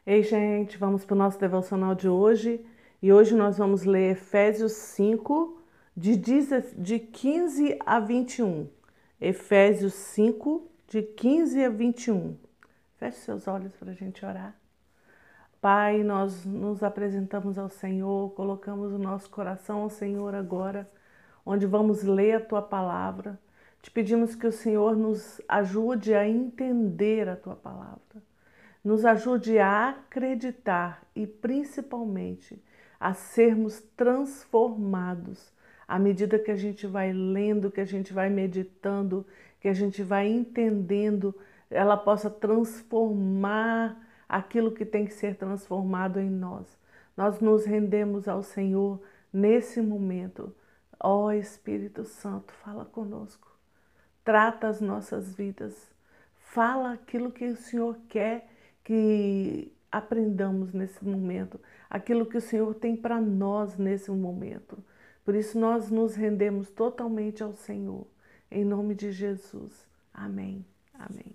Ei, gente, vamos para o nosso devocional de hoje. E hoje nós vamos ler Efésios 5, de 15 a 21. Efésios 5, de 15 a 21. Feche seus olhos para a gente orar. Pai, nós nos apresentamos ao Senhor, colocamos o nosso coração ao Senhor agora, onde vamos ler a Tua palavra. Te pedimos que o Senhor nos ajude a entender a Tua palavra. Nos ajude a acreditar e, principalmente, a sermos transformados à medida que a gente vai lendo, que a gente vai meditando, que a gente vai entendendo, ela possa transformar aquilo que tem que ser transformado em nós. Nós nos rendemos ao Senhor nesse momento. Ó Espírito Santo, fala conosco, trata as nossas vidas, fala aquilo que o Senhor quer que aprendamos nesse momento, aquilo que o Senhor tem para nós nesse momento. Por isso nós nos rendemos totalmente ao Senhor, em nome de Jesus. Amém. Amém.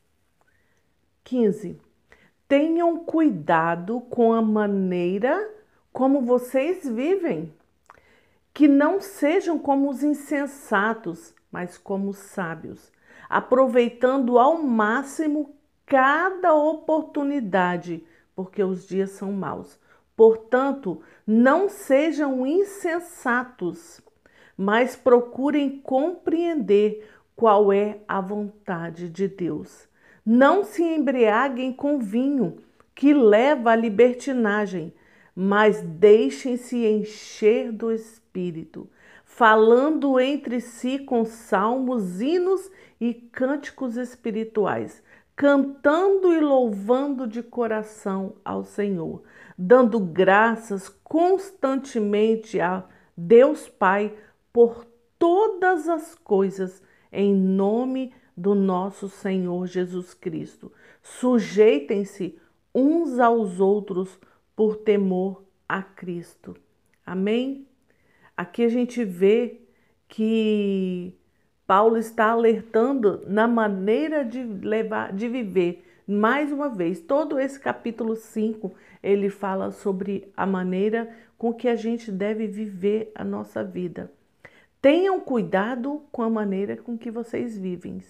15. Tenham cuidado com a maneira como vocês vivem, que não sejam como os insensatos, mas como os sábios, aproveitando ao máximo cada oportunidade, porque os dias são maus. Portanto, não sejam insensatos, mas procurem compreender qual é a vontade de Deus. Não se embriaguem com vinho, que leva à libertinagem, mas deixem-se encher do Espírito, falando entre si com salmos, hinos e cânticos espirituais, cantando e louvando de coração ao Senhor, dando graças constantemente a Deus Pai por todas as coisas, em nome do nosso Senhor Jesus Cristo. Sujeitem-se uns aos outros por temor a Cristo. Amém? Aqui a gente vê que Paulo está alertando na maneira de viver. Mais uma vez, todo esse capítulo 5, ele fala sobre a maneira com que a gente deve viver a nossa vida. Tenham cuidado com a maneira com que vocês vivem.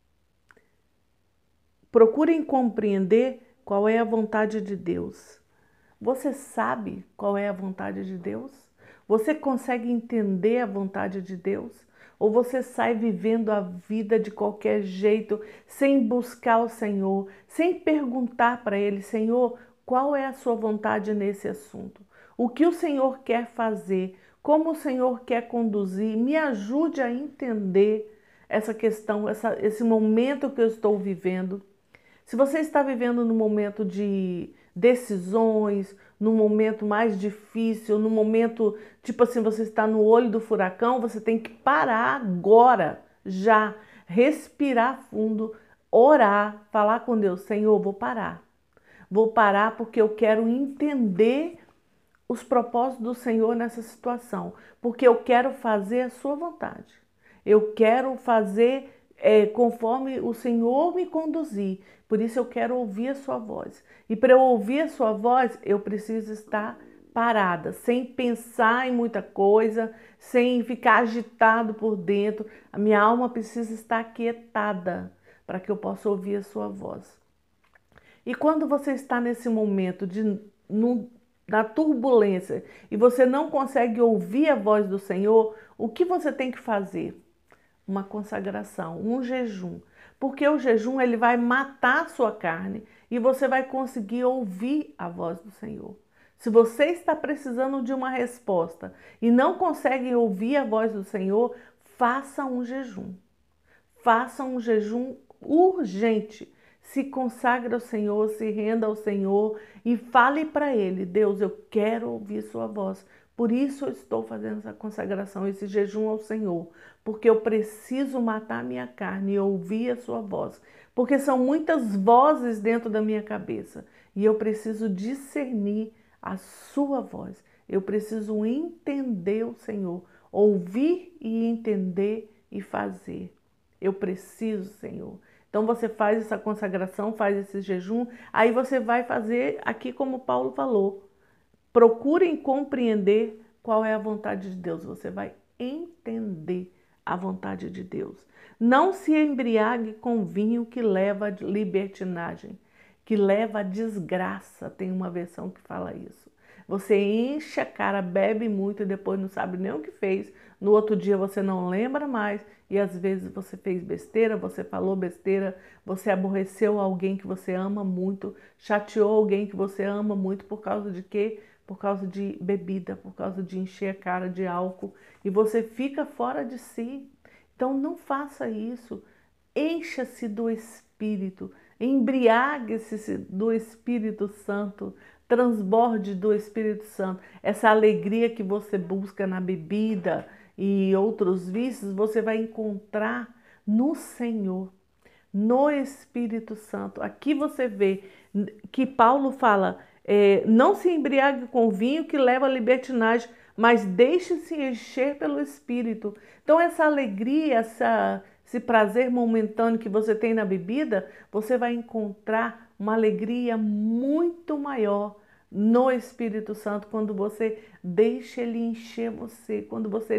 Procurem compreender qual é a vontade de Deus. Você sabe qual é a vontade de Deus? Você consegue entender a vontade de Deus? Ou você sai vivendo a vida de qualquer jeito, sem buscar o Senhor, sem perguntar para Ele, Senhor, qual é a sua vontade nesse assunto? O que o Senhor quer fazer? Como o Senhor quer conduzir? Me ajude a entender essa questão, esse momento que eu estou vivendo. Se você está vivendo num momento de decisões, num momento mais difícil, num momento, tipo assim, você está no olho do furacão, você tem que parar agora, já, respirar fundo, orar, falar com Deus, Senhor, vou parar. Vou parar porque eu quero entender os propósitos do Senhor nessa situação, porque eu quero fazer a sua vontade. Eu quero fazer conforme o Senhor me conduzir. Por isso eu quero ouvir a sua voz. E para eu ouvir a sua voz, eu preciso estar parada, sem pensar em muita coisa, sem ficar agitado por dentro. A minha alma precisa estar aquietada para que eu possa ouvir a sua voz. E quando você está nesse momento na turbulência e você não consegue ouvir a voz do Senhor, o que você tem que fazer? Uma consagração, um jejum. Porque o jejum ele vai matar a sua carne e você vai conseguir ouvir a voz do Senhor. Se você está precisando de uma resposta e não consegue ouvir a voz do Senhor, faça um jejum. Faça um jejum urgente. Se consagre ao Senhor, se renda ao Senhor e fale para Ele, Deus, eu quero ouvir sua voz. Por isso eu estou fazendo essa consagração, esse jejum ao Senhor, porque eu preciso matar a minha carne e ouvir a sua voz, porque são muitas vozes dentro da minha cabeça e eu preciso discernir a sua voz. Eu preciso entender o Senhor, ouvir e entender e fazer. Eu preciso, Senhor. Então você faz essa consagração, faz esse jejum, aí você vai fazer aqui como Paulo falou. Procurem compreender qual é a vontade de Deus. Você vai entender a vontade de Deus. Não se embriague com vinho que leva a libertinagem, que leva a desgraça. Tem uma versão que fala isso. Você enche a cara, bebe muito e depois não sabe nem o que fez. No outro dia você não lembra mais e às vezes você fez besteira, você falou besteira, você aborreceu alguém que você ama muito, chateou alguém que você ama muito por causa de quê? Por causa de bebida, por causa de encher a cara de álcool e você fica fora de si. Então não faça isso. Encha-se do Espírito, embriague-se do Espírito Santo, transborde do Espírito Santo. Essa alegria que você busca na bebida e outros vícios, você vai encontrar no Senhor, no Espírito Santo. Aqui você vê que Paulo fala, não se embriague com vinho que leva à libertinagem, mas deixe-se encher pelo Espírito. Então essa alegria, esse prazer momentâneo que você tem na bebida, você vai encontrar uma alegria muito maior no Espírito Santo quando você deixa ele encher você, quando você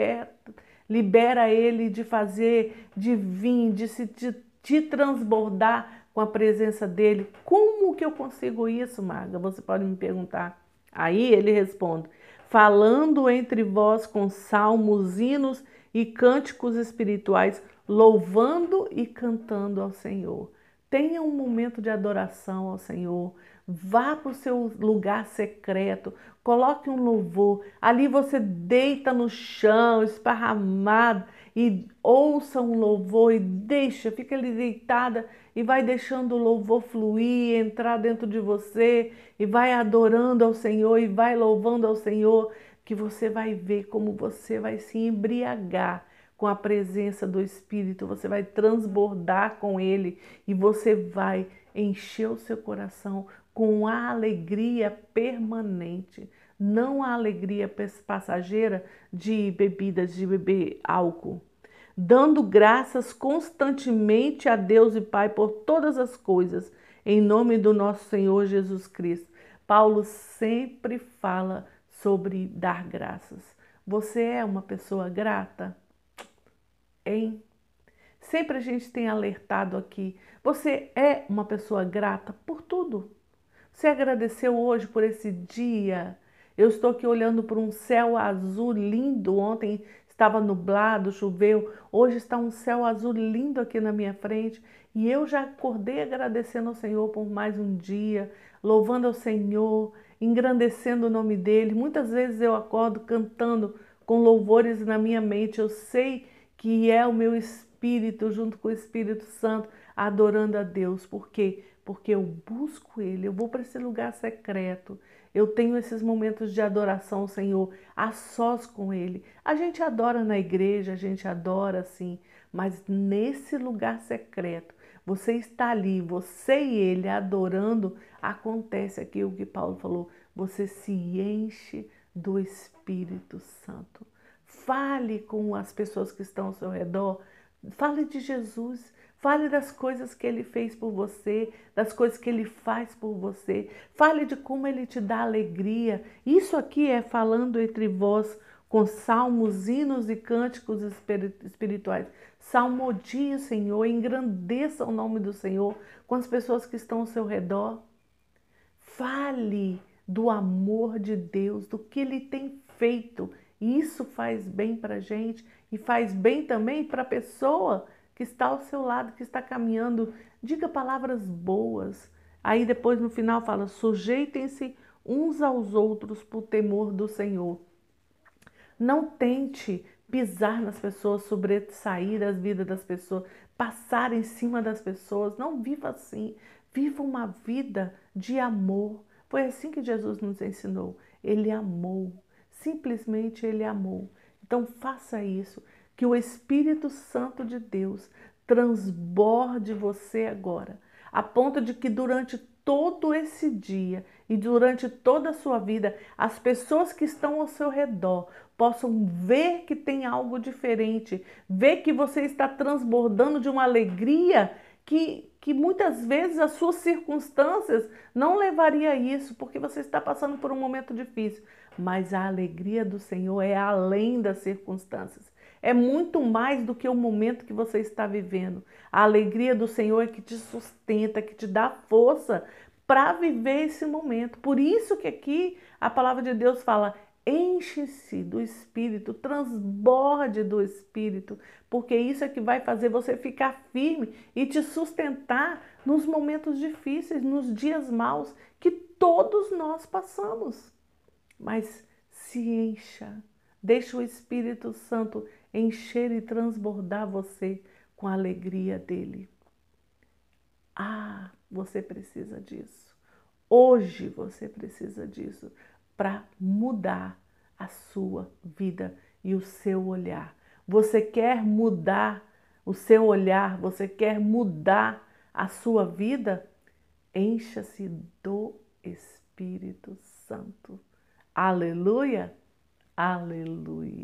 libera ele de fazer, de vir, de transbordar com a presença dele. Como que eu consigo isso, Marga? Você pode me perguntar. Aí ele responde, falando entre vós com salmos, hinos e cânticos espirituais, louvando e cantando ao Senhor. Tenha um momento de adoração ao Senhor. Vá para o seu lugar secreto, coloque um louvor. Ali você deita no chão, esparramado, e ouça um louvor e fica ali deitada e vai deixando o louvor fluir, entrar dentro de você e vai adorando ao Senhor e vai louvando ao Senhor, que você vai ver como você vai se embriagar com a presença do Espírito, você vai transbordar com Ele e você vai encher o seu coração com a alegria permanente, não a alegria passageira de bebidas, de beber álcool. Dando graças constantemente a Deus e Pai por todas as coisas, em nome do nosso Senhor Jesus Cristo. Paulo sempre fala sobre dar graças. Você é uma pessoa grata? Hein? Sempre a gente tem alertado aqui. Você é uma pessoa grata por tudo? Você agradeceu hoje por esse dia? Eu estou aqui olhando para um céu azul lindo. Ontem estava nublado, choveu. Hoje está um céu azul lindo aqui na minha frente. E eu já acordei agradecendo ao Senhor por mais um dia, louvando ao Senhor, engrandecendo o nome dEle. Muitas vezes eu acordo cantando com louvores na minha mente. Eu sei que é o meu espírito, junto com o Espírito Santo, adorando a Deus. Por quê? Porque eu busco Ele, eu vou para esse lugar secreto, eu tenho esses momentos de adoração ao Senhor, a sós com Ele. A gente adora na igreja, a gente adora sim, mas nesse lugar secreto, você está ali, você e Ele adorando, acontece aqui o que Paulo falou, você se enche do Espírito Santo. Fale com as pessoas que estão ao seu redor, fale de Jesus. Fale das coisas que Ele fez por você, das coisas que Ele faz por você. Fale de como Ele te dá alegria. Isso aqui é falando entre vós com salmos, hinos e cânticos espirituais. Salmodie o Senhor, engrandeça o nome do Senhor com as pessoas que estão ao seu redor. Fale do amor de Deus, do que Ele tem feito. Isso faz bem para a gente e faz bem também para a pessoa que está ao seu lado, que está caminhando. Diga palavras boas. Aí depois no final fala, sujeitem-se uns aos outros por temor do Senhor. Não tente pisar nas pessoas, sobressair as vidas das pessoas, passar em cima das pessoas. Não viva assim. Viva uma vida de amor. Foi assim que Jesus nos ensinou. Ele amou. Simplesmente Ele amou. Então faça isso. Que o Espírito Santo de Deus transborde você agora, a ponto de que durante todo esse dia e durante toda a sua vida, as pessoas que estão ao seu redor possam ver que tem algo diferente, ver que você está transbordando de uma alegria que muitas vezes as suas circunstâncias não levaria a isso, porque você está passando por um momento difícil. Mas a alegria do Senhor é além das circunstâncias. É muito mais do que o momento que você está vivendo. A alegria do Senhor é que te sustenta, que te dá força para viver esse momento. Por isso que aqui a palavra de Deus fala: enche-se do Espírito, transborde do Espírito, porque isso é que vai fazer você ficar firme e te sustentar nos momentos difíceis, nos dias maus que todos nós passamos. Mas se encha, deixa o Espírito Santo encher e transbordar você com a alegria dele. Ah, você precisa disso. Hoje você precisa disso para mudar a sua vida e o seu olhar. Você quer mudar o seu olhar? Você quer mudar a sua vida? Encha-se do Espírito Santo. Aleluia, aleluia.